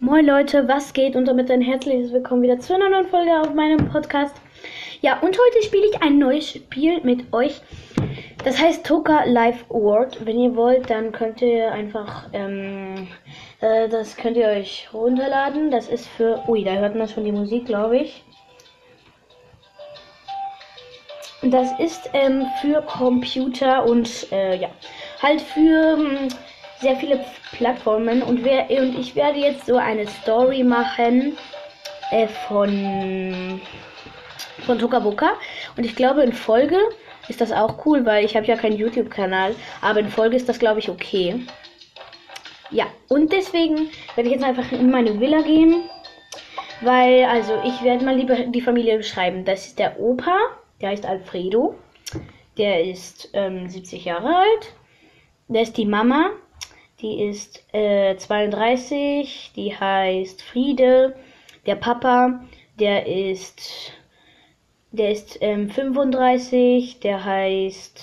Moin Leute, was geht? Und damit ein herzliches Willkommen wieder zu einer neuen Folge auf meinem Podcast. Ja, und heute spiele ich ein neues Spiel mit euch. Das heißt Toca Life World. Wenn ihr wollt, dann könnt ihr einfach, das könnt ihr euch runterladen. Das ist für, ui, da hört man schon die Musik, glaube ich. Das ist für Computer und ja, halt für sehr viele Plattformen. Und ich werde jetzt so eine Story machen von Toca Boca. Und ich glaube, in Folge ist das auch cool, weil ich habe ja keinen YouTube-Kanal. Aber in Folge ist das, glaube ich, okay. Ja, und deswegen werde ich jetzt einfach in meine Villa gehen. Weil, also, ich werde mal lieber die Familie beschreiben. Das ist der Opa. Der heißt Alfredo. Der ist 70 Jahre alt. Der ist die Mama. Die ist 32. Die heißt Friede. Der Papa, der ist 35. Der heißt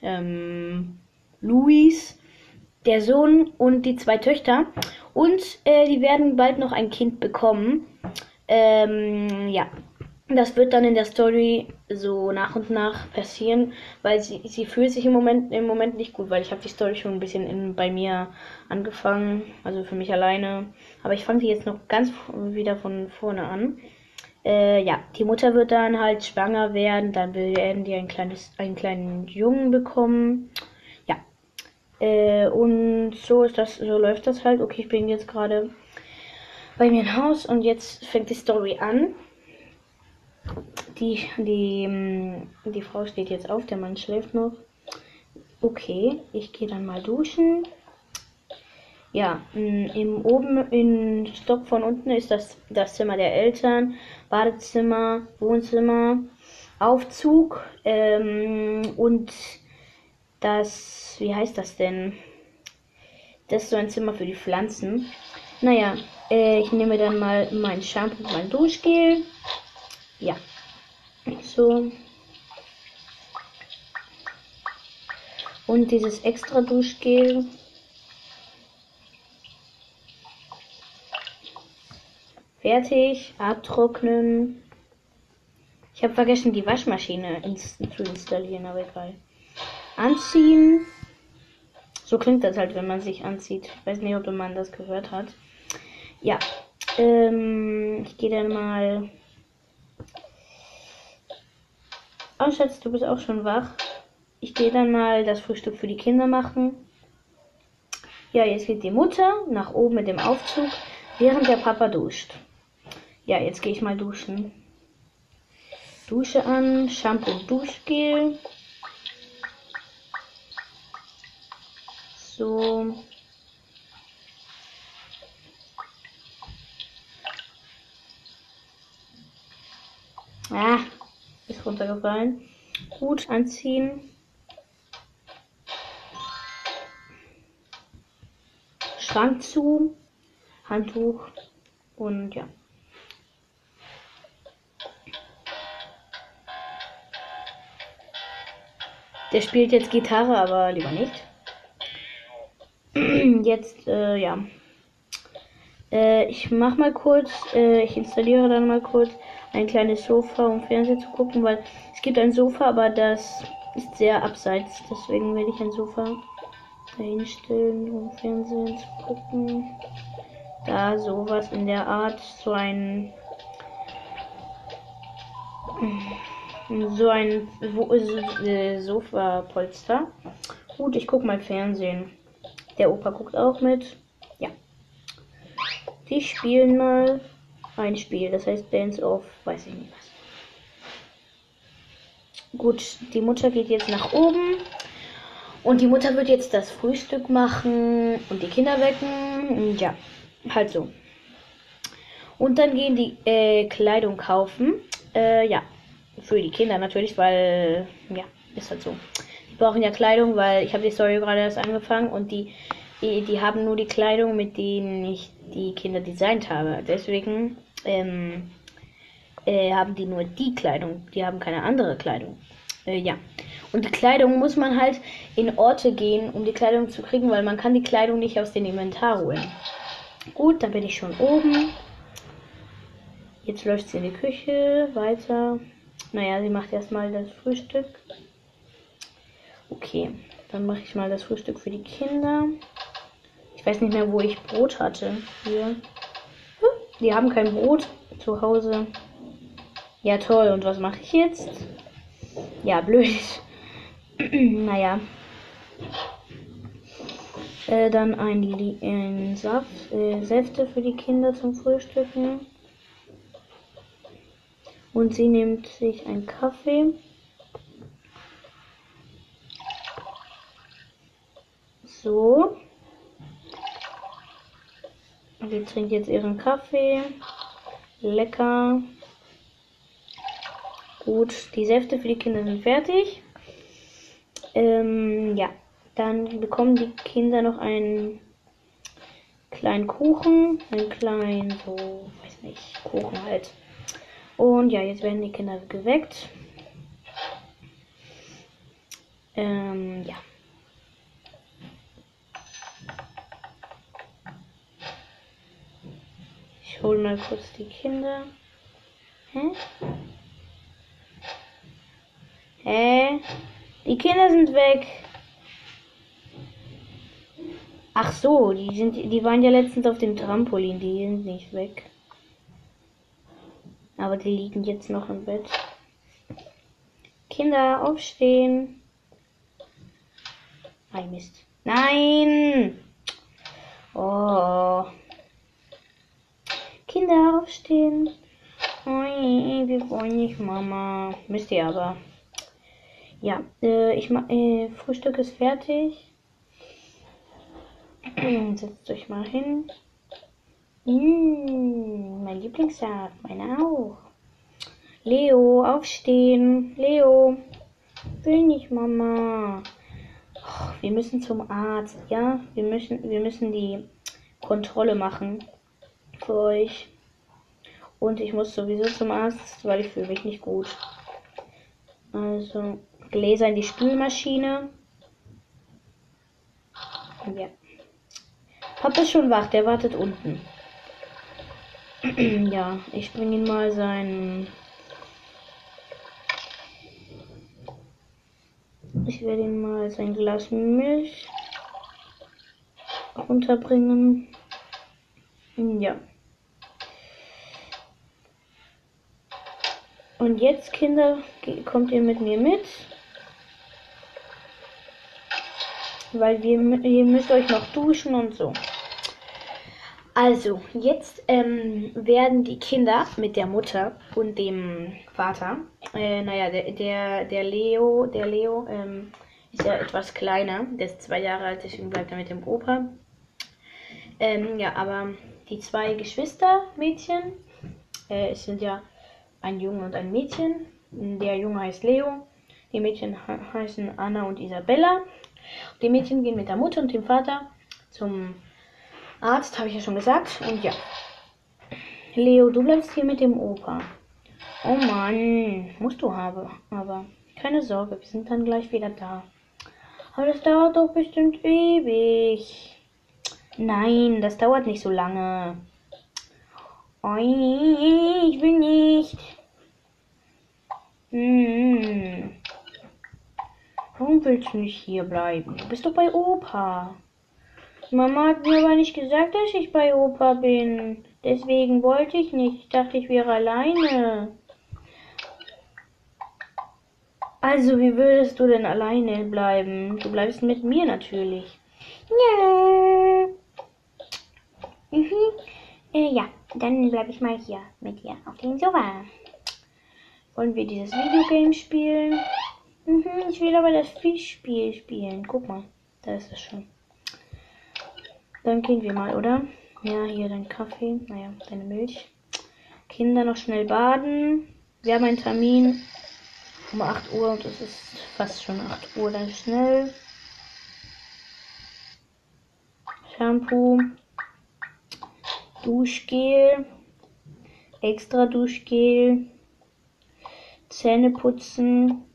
Luis. Der Sohn und die zwei Töchter. Und die werden bald noch ein Kind bekommen. Ja. Das wird dann in der Story so nach und nach passieren, weil sie fühlt sich im Moment nicht gut, weil ich habe die Story schon ein bisschen bei mir angefangen, also für mich alleine. Aber ich fange die jetzt noch ganz wieder von vorne an. Ja, die Mutter wird dann halt schwanger werden, dann werden die einen kleinen Jungen bekommen. Ja, und so läuft das halt. Okay, ich bin jetzt gerade bei mir im Haus und jetzt fängt die Story an. Die Frau steht jetzt auf, der Mann schläft noch. Okay, ich gehe dann mal duschen. Ja, oben im Stock von unten ist das Zimmer der Eltern, Badezimmer, Wohnzimmer, Aufzug und das, wie heißt das denn? Das ist so ein Zimmer für die Pflanzen. Naja, ich nehme dann mal mein Shampoo und mein Duschgel. Ja, so. Und dieses extra Duschgel. Fertig, abtrocknen. Ich habe vergessen, die Waschmaschine zu installieren, aber egal. Anziehen. So klingt das halt, wenn man sich anzieht. Ich weiß nicht, ob man das gehört hat. Ja, ich gehe dann mal... Oh Schatz, du bist auch schon wach. Ich gehe dann mal das Frühstück für die Kinder machen. Ja, jetzt geht die Mutter nach oben mit dem Aufzug, während der Papa duscht. Ja, jetzt gehe ich mal duschen. Dusche an, Shampoo und Duschgel. So. Ah. Ist runtergefallen. Gut, anziehen. Schrank zu. Handtuch. Und ja. Der spielt jetzt Gitarre, aber lieber nicht. Jetzt, ja. Ich mach mal kurz, ich installiere dann mal kurz ein kleines Sofa, um Fernsehen zu gucken, weil es gibt ein Sofa, aber das ist sehr abseits. Deswegen werde ich ein Sofa dahinstellen, um Fernsehen zu gucken. Da sowas in der Art, so ein Sofa-Polster. Gut, ich gucke mal Fernsehen. Der Opa guckt auch mit. Ja. Die spielen mal ein Spiel, das heißt Dance of, weiß ich nicht was. Gut, die Mutter geht jetzt nach oben und die Mutter wird jetzt das Frühstück machen und die Kinder wecken und ja, halt so. Und dann gehen die Kleidung kaufen, ja, für die Kinder natürlich, weil, ja, ist halt so. Die brauchen ja Kleidung, weil ich habe die Story gerade erst angefangen und die haben nur die Kleidung, mit denen ich die Kinder designt habe. Deswegen haben die nur die Kleidung. Die haben keine andere Kleidung. Ja. Und die Kleidung muss man halt in Orte gehen, um die Kleidung zu kriegen, weil man kann die Kleidung nicht aus dem Inventar holen. Gut, dann bin ich schon oben. Jetzt läuft sie in die Küche. Weiter. Naja, sie macht erstmal das Frühstück. Okay, dann mache ich mal das Frühstück für die Kinder. Ich weiß nicht mehr, wo ich Brot hatte. Hier. Die haben kein Brot zu Hause. Ja, toll. Und was mache ich jetzt? Ja, blöd. Naja. Dann ein Saft, Säfte für die Kinder zum Frühstücken. Und sie nimmt sich einen Kaffee. So. Sie trinkt jetzt ihren Kaffee. Lecker. Gut, die Säfte für die Kinder sind fertig. Ja, dann bekommen die Kinder noch einen kleinen Kuchen. Einen kleinen, so, weiß nicht, Kuchen halt. Und ja, jetzt werden die Kinder geweckt. Ja. Ich hole mal kurz die Kinder. Hä? Die Kinder sind weg. Ach so, die waren ja letztens auf dem Trampolin, die sind nicht weg. Aber die liegen jetzt noch im Bett. Kinder, aufstehen. Ei, Mist. Nein! Oh. Kinder, aufstehen. Ui, wir wollen nicht, Mama. Müsst ihr aber. Ja, Frühstück ist fertig. Setzt euch mal hin. Mein Lieblingssaft, meiner auch. Leo, aufstehen. Leo. Will nicht, Mama. Oh, wir müssen zum Arzt, ja? Wir müssen die Kontrolle machen für euch. Und ich muss sowieso zum Arzt, weil ich fühle mich nicht gut. Also, Gläser in die Spülmaschine. Ja. Papa ist schon wach, der wartet unten. Ja, ich bringe ihm mal Ich werde ihm mal sein Glas Milch runterbringen. Ja. Und jetzt, Kinder, kommt ihr mit mir mit. Weil ihr müsst euch noch duschen und so. Also, jetzt werden die Kinder mit der Mutter und dem Vater, naja, der Leo ist ja etwas kleiner, der ist 2 Jahre alt, deswegen bleibt er mit dem Opa. Ja, aber die 2 Geschwistermädchen, es sind ja ein Junge und ein Mädchen. Der Junge heißt Leo, die Mädchen heißen Anna und Isabella. Die Mädchen gehen mit der Mutter und dem Vater zum Arzt, habe ich ja schon gesagt. Und ja. Leo, du bleibst hier mit dem Opa. Oh Mann, musst du haben. Aber keine Sorge, wir sind dann gleich wieder da. Aber das dauert doch bestimmt ewig. Nein, das dauert nicht so lange. Oi, ich will nicht. Warum willst du nicht hier bleiben? Du bist doch bei Opa. Mama hat mir aber nicht gesagt, dass ich bei Opa bin. Deswegen wollte ich nicht. Ich dachte, ich wäre alleine. Also, wie würdest du denn alleine bleiben? Du bleibst mit mir natürlich. Ja. Ja, dann bleibe ich mal hier mit dir auf dem Sofa. Wollen wir dieses Videogame spielen? Ich will aber das Fischspiel spielen. Guck mal, da ist es schon. Dann gehen wir mal, oder? Ja, hier dein Kaffee. Naja, deine Milch. Kinder noch schnell baden. Wir haben einen Termin um 8 Uhr und es ist fast schon 8 Uhr. Dann schnell. Shampoo. Duschgel. Extra Duschgel. Zähne putzen.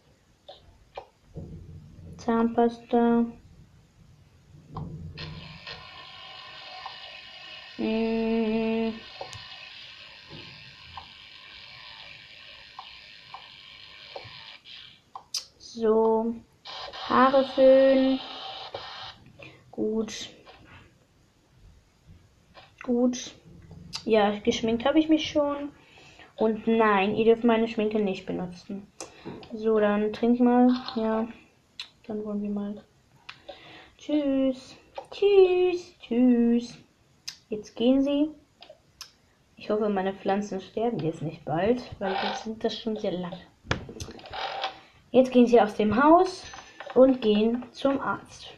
Zahnpasta. Mm, so, Haare föhnen. Gut. Gut. Ja, geschminkt habe ich mich schon. Und nein, ihr dürft meine Schminke nicht benutzen. So, dann trink mal. Ja, dann wollen wir mal. Tschüss. Tschüss. Tschüss. Jetzt gehen sie. Ich hoffe, meine Pflanzen sterben jetzt nicht bald, weil jetzt sind das schon sehr lange. Jetzt gehen sie aus dem Haus und gehen zum Arzt.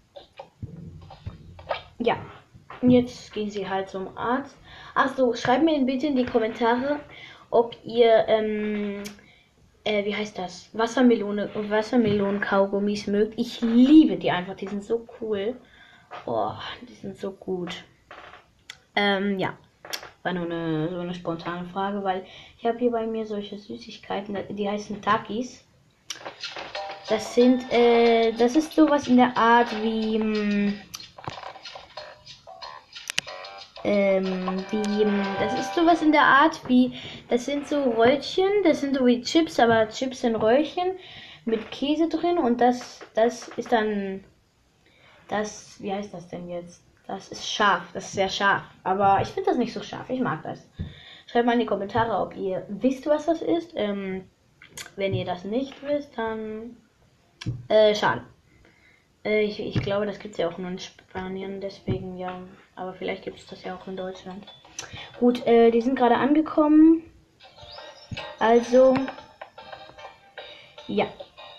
Ja, jetzt gehen sie halt zum Arzt. Ach so, schreibt mir bitte in die Kommentare, ob ihr, wie heißt das? Wassermelonen-Kaugummis mögt. Ich liebe die einfach, die sind so cool. Oh, die sind so gut. Ja, war nur so eine spontane Frage, weil ich habe hier bei mir solche Süßigkeiten, die heißen Takis. Das ist sowas in der Art wie, das ist sowas in der Art wie, das sind so Röllchen, das sind so wie Chips, aber Chips in Röllchen mit Käse drin und das ist dann, wie heißt das denn jetzt? Das ist scharf, das ist sehr scharf, aber ich finde das nicht so scharf, ich mag das. Schreibt mal in die Kommentare, ob ihr wisst, was das ist. Wenn ihr das nicht wisst, dann, schade. Ich glaube, das gibt es ja auch nur in Spanien, deswegen ja. Aber vielleicht gibt es das ja auch in Deutschland. Gut, die sind gerade angekommen. Also, ja.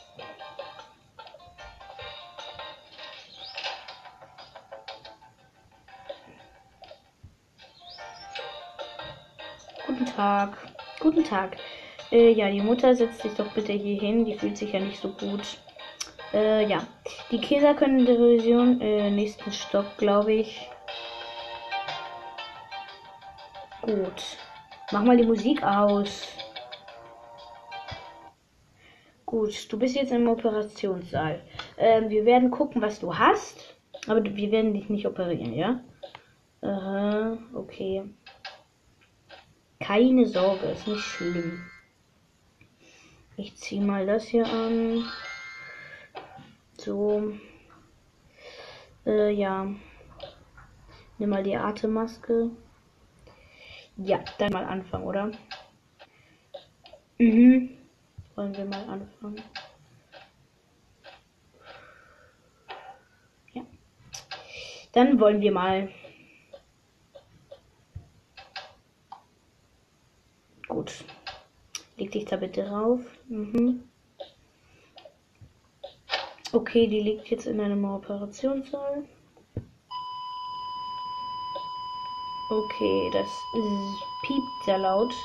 Guten Tag. Guten Tag. Ja, die Mutter setzt sich doch bitte hier hin. Die fühlt sich ja nicht so gut. Ja. Die Kinder können in der Revision, nächsten Stock, glaube ich. Gut. Mach mal die Musik aus. Gut, du bist jetzt im Operationssaal. Wir werden gucken, was du hast. Aber wir werden dich nicht operieren, ja? Aha, okay. Keine Sorge, ist nicht schlimm. Ich ziehe mal das hier an. So. Ja. Nimm mal die Atemmaske. Ja, dann mal anfangen, oder? Mhm. Wollen wir mal anfangen? Ja. Dann wollen wir mal. Gut. Leg dich da bitte rauf. Mhm. Okay, die liegt jetzt in einem Operationssaal. Okay, das piept sehr laut.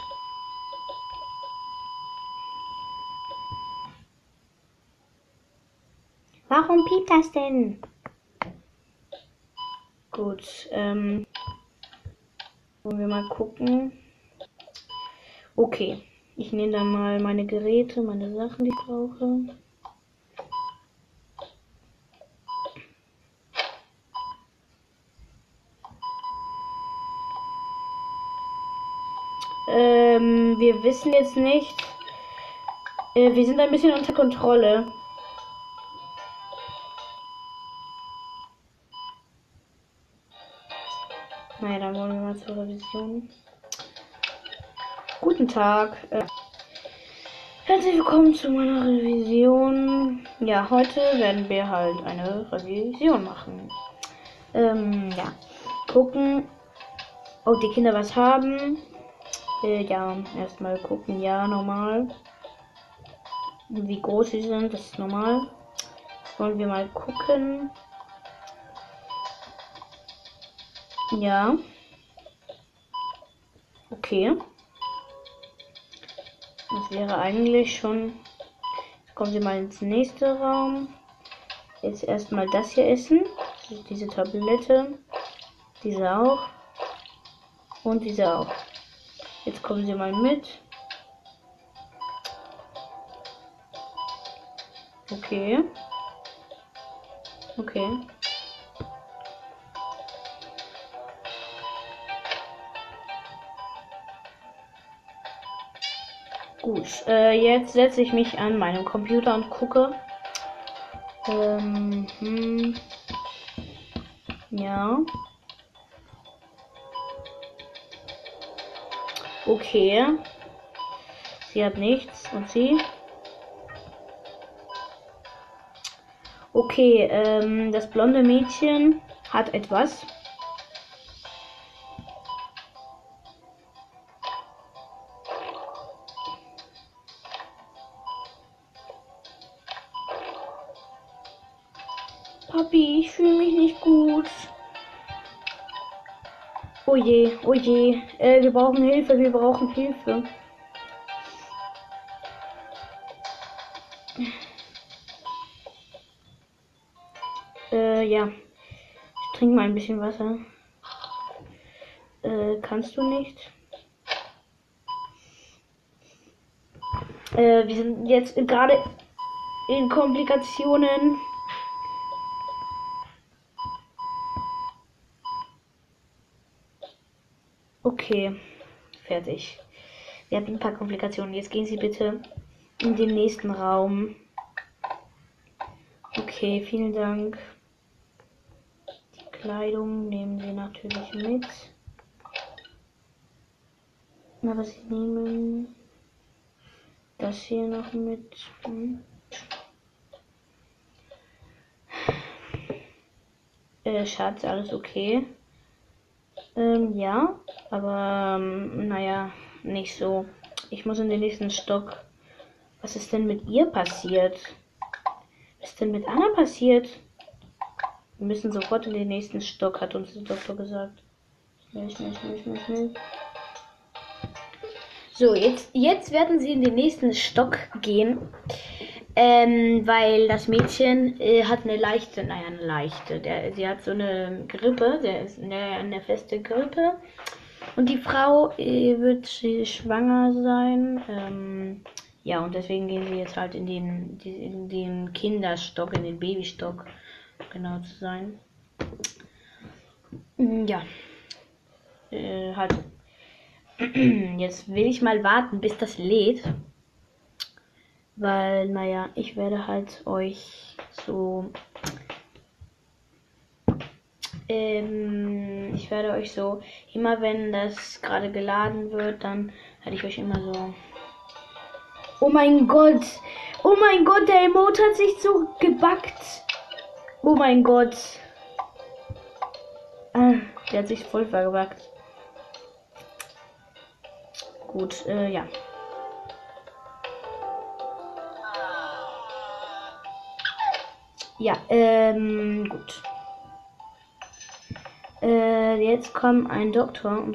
Warum piept das denn? Gut, wollen wir mal gucken. Okay, ich nehme dann mal meine Geräte, meine Sachen, die ich brauche. Wir wissen jetzt nicht. Wir sind ein bisschen unter Kontrolle. Naja, dann wollen wir mal zur Revision. Guten Tag. Herzlich willkommen zu meiner Revision. Ja, heute werden wir halt eine Revision machen. Ja. Gucken, ob die Kinder was haben. Ja, erstmal gucken. Ja, normal. Wie groß sie sind, das ist normal. Wollen wir mal gucken. Ja. Okay. Das wäre eigentlich schon. Jetzt kommen wir mal ins nächste Raum. Jetzt erstmal das hier essen. Diese Tablette. Diese auch. Und diese auch. Jetzt kommen sie mal mit. Okay. Okay. Gut, jetzt setze ich mich an meinem Computer und gucke. Ja. Okay. Sie hat nichts. Und sie? Okay, das blonde Mädchen hat etwas. Papi, ich fühle mich nicht gut. Oh je, oh je. Wir brauchen Hilfe, wir brauchen Hilfe. Ja. Ich trinke mal ein bisschen Wasser. Kannst du nicht? Wir sind jetzt gerade in Komplikationen. Okay, fertig. Wir hatten ein paar Komplikationen. Jetzt gehen Sie bitte in den nächsten Raum. Okay, vielen Dank. Die Kleidung nehmen Sie natürlich mit. Aber Sie nehmen das hier noch mit. Schatz, alles okay? Ja, aber naja, nicht so. Ich muss in den nächsten Stock. Was ist denn mit ihr passiert? Was ist denn mit Anna passiert? Wir müssen sofort in den nächsten Stock, hat uns der Doktor gesagt. Schnell, schnell, schnell, schnell, schnell. So, jetzt werden sie in den nächsten Stock gehen. Weil das Mädchen hat eine leichte, sie hat so eine Grippe, der ist eine feste Grippe. Und die Frau wird schwanger sein. Ja, und deswegen gehen sie jetzt halt in den Kinderstock, in den Babystock, genau zu sein. Ja. Halt. Jetzt will ich mal warten, bis das lädt. Weil, naja, ich werde halt euch so. Ich werde euch so, immer wenn das gerade geladen wird, dann werde ich euch immer so. Oh mein Gott! Oh mein Gott, der Emote hat sich so gebackt! Oh mein Gott! Ah, der hat sich voll vergebackt. Gut, ja. Ja, gut. Jetzt kam ein Doktor und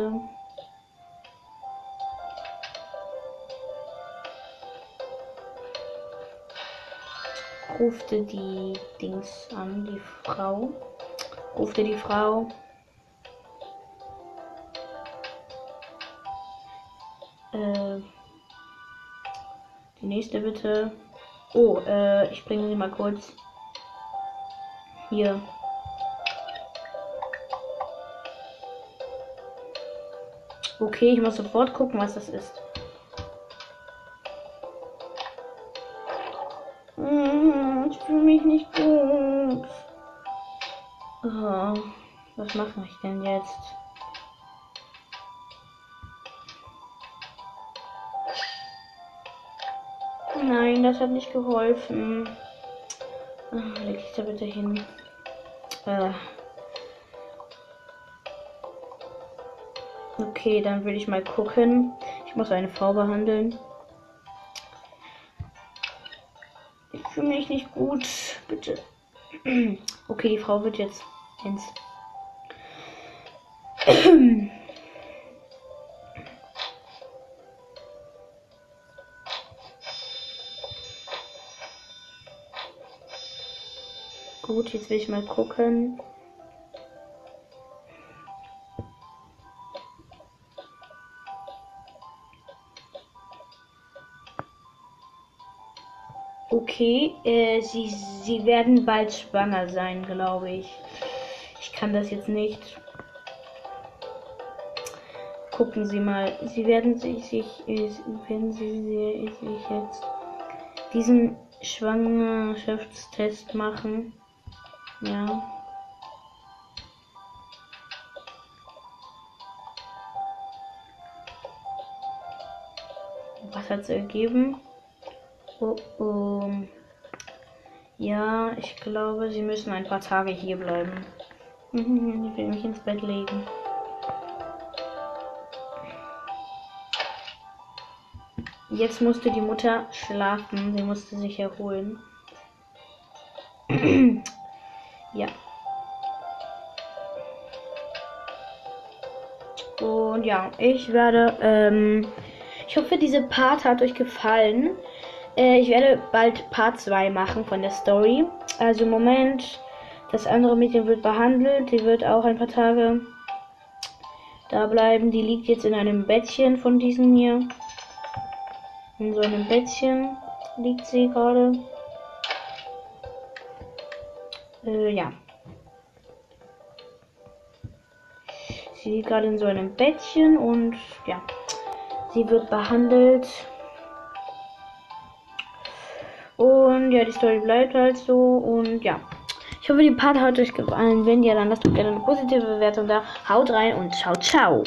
rufte die Dings an, die Frau. Rufte die Frau. Die nächste bitte. Oh, ich bringe sie mal kurz. Hier. Okay, ich muss sofort gucken, was das ist. Ich fühle mich nicht gut. Oh, was mache ich denn jetzt? Nein, das hat nicht geholfen. Leg ich da bitte hin. Okay, dann will ich mal gucken. Ich muss eine Frau behandeln. Ich fühle mich nicht gut. Bitte. Okay, die Frau wird jetzt ins. Gut, jetzt will ich mal gucken. Okay, sie werden bald schwanger sein, glaube ich. Ich kann das jetzt nicht. gucken Sie mal. Sie werden sich jetzt diesen Schwangerschaftstest machen. Ja. Was hat es ergeben? Oh. Ja, ich glaube, Sie müssen ein paar Tage hier bleiben. Ich will mich ins Bett legen. Jetzt musste die Mutter schlafen. Sie musste sich erholen. Ja. Und ja, ich hoffe, diese Part hat euch gefallen. Ich werde bald Part 2 machen von der Story. Also im Moment, das andere Mädchen wird behandelt. Die wird auch ein paar Tage da bleiben. Die liegt jetzt in einem Bettchen von diesem hier. In so einem Bettchen liegt sie gerade. Ja. Sie liegt gerade in so einem Bettchen und ja, sie wird behandelt. Und ja, die Story bleibt halt so und ja. Ich hoffe, die Part hat euch gefallen. Wenn ja, dann lasst doch gerne eine positive Bewertung da. Haut rein und ciao, ciao.